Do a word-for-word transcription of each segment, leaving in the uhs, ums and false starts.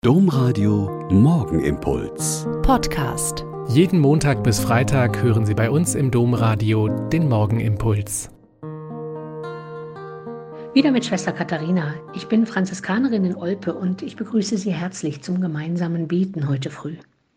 Domradio Morgenimpuls Podcast. Jeden Montag bis Freitag hören Sie bei uns im Domradio den Morgenimpuls. Wieder mit Schwester Katharina. Ich bin Franziskanerin in Olpe und ich begrüße Sie herzlich zum gemeinsamen Beten heute früh.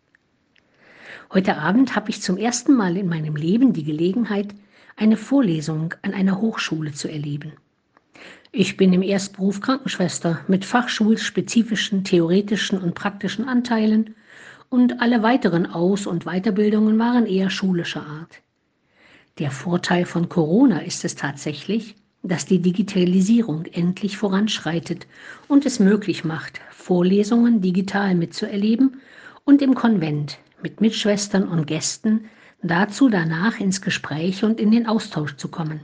Heute Abend habe ich zum ersten Mal in meinem Leben die Gelegenheit, eine Vorlesung an einer Hochschule zu erleben. Ich bin im Erstberuf Krankenschwester mit fachschulspezifischen, theoretischen und praktischen Anteilen und alle weiteren Aus- und Weiterbildungen waren eher schulischer Art. Der Vorteil von Corona ist es tatsächlich, dass die Digitalisierung endlich voranschreitet und es möglich macht, Vorlesungen digital mitzuerleben und im Konvent mit Mitschwestern und Gästen dazu danach ins Gespräch und in den Austausch zu kommen.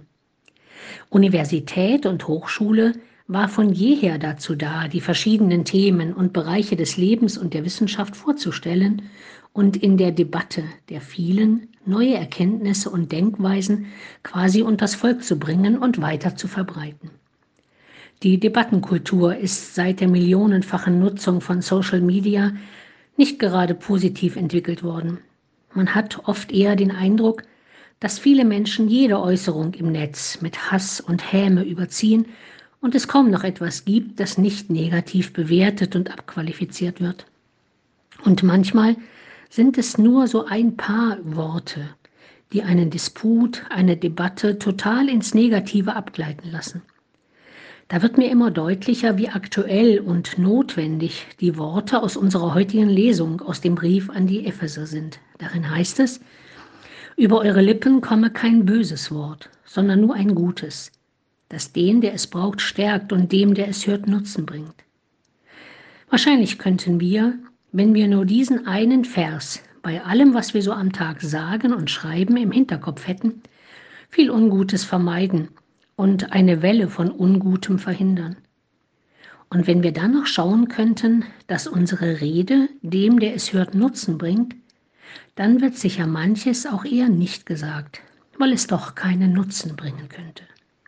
Universität und Hochschule war von jeher dazu da, die verschiedenen Themen und Bereiche des Lebens und der Wissenschaft vorzustellen und in der Debatte der vielen neue Erkenntnisse und Denkweisen quasi unters Volk zu bringen und weiter zu verbreiten. Die Debattenkultur ist seit der millionenfachen Nutzung von Social Media nicht gerade positiv entwickelt worden. Man hat oft eher den Eindruck, dass viele Menschen jede Äußerung im Netz mit Hass und Häme überziehen und es kaum noch etwas gibt, das nicht negativ bewertet und abqualifiziert wird. Und manchmal sind es nur so ein paar Worte, die einen Disput, eine Debatte total ins Negative abgleiten lassen. Da wird mir immer deutlicher, wie aktuell und notwendig die Worte aus unserer heutigen Lesung aus dem Brief an die Epheser sind. Darin heißt es: Über eure Lippen komme kein böses Wort, sondern nur ein gutes, das den, der es braucht, stärkt und dem, der es hört, Nutzen bringt. Wahrscheinlich könnten wir, wenn wir nur diesen einen Vers bei allem, was wir so am Tag sagen und schreiben, im Hinterkopf hätten, viel Ungutes vermeiden und eine Welle von Ungutem verhindern. Und wenn wir dann noch schauen könnten, dass unsere Rede dem, der es hört, Nutzen bringt, dann wird sicher manches auch eher nicht gesagt, weil es doch keinen Nutzen bringen könnte.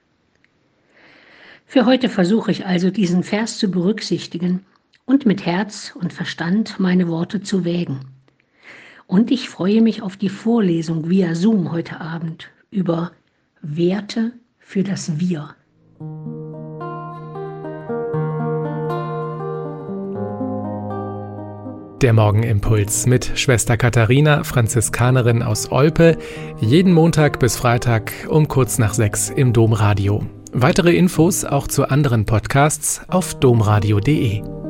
Für heute versuche ich also, diesen Vers zu berücksichtigen und mit Herz und Verstand meine Worte zu wägen. Und ich freue mich auf die Vorlesung via Zoom heute Abend über Werte für das Wir. Der Morgenimpuls mit Schwester Katharina, Franziskanerin aus Olpe, jeden Montag bis Freitag um kurz nach sechs im Domradio. Weitere Infos auch zu anderen Podcasts auf domradio punkt de.